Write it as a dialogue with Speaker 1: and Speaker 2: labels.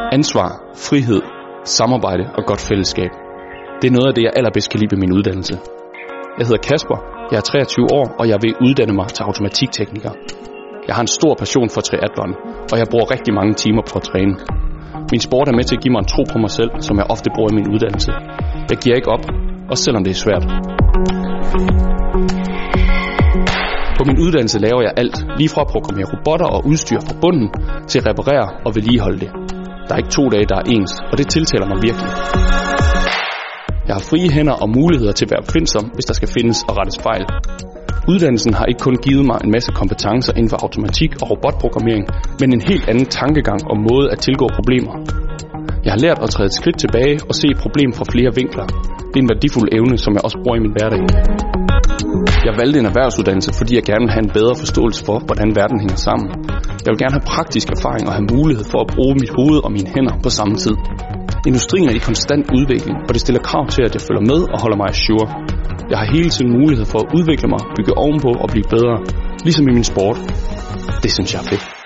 Speaker 1: Ansvar, frihed, samarbejde og godt fællesskab. Det er noget af det, jeg allerbedst kan lide ved min uddannelse. Jeg hedder Kasper, jeg er 23 år, og jeg vil uddanne mig til automatiktekniker. Jeg har en stor passion for triathlon, og jeg bruger rigtig mange timer på at træne. Min sport er med til at give mig en tro på mig selv, som jeg ofte bruger i min uddannelse. Jeg giver ikke op, også selvom det er svært. På min uddannelse laver jeg alt, lige fra at programmere robotter og udstyr fra bunden, til at reparere og vedligeholde det. Der er ikke 2 dage, der er ens, og det tiltaler mig virkelig. Jeg har frie hænder og muligheder til at være opfindsom, hvis der skal findes og rettes fejl. Uddannelsen har ikke kun givet mig en masse kompetencer inden for automatik og robotprogrammering, men en helt anden tankegang og måde at tilgå problemer. Jeg har lært at træde et skridt tilbage og se et problem fra flere vinkler. Det er en værdifuld evne, som jeg også bruger i min hverdag. Jeg valgte en erhvervsuddannelse, fordi jeg gerne vil have en bedre forståelse for, hvordan verden hænger sammen. Jeg vil gerne have praktisk erfaring og have mulighed for at bruge mit hoved og mine hænder på samme tid. Industrien er i konstant udvikling, og det stiller krav til, at jeg følger med og holder mig ajour. Jeg har hele tiden mulighed for at udvikle mig, bygge ovenpå og blive bedre, ligesom i min sport. Det synes jeg er fedt.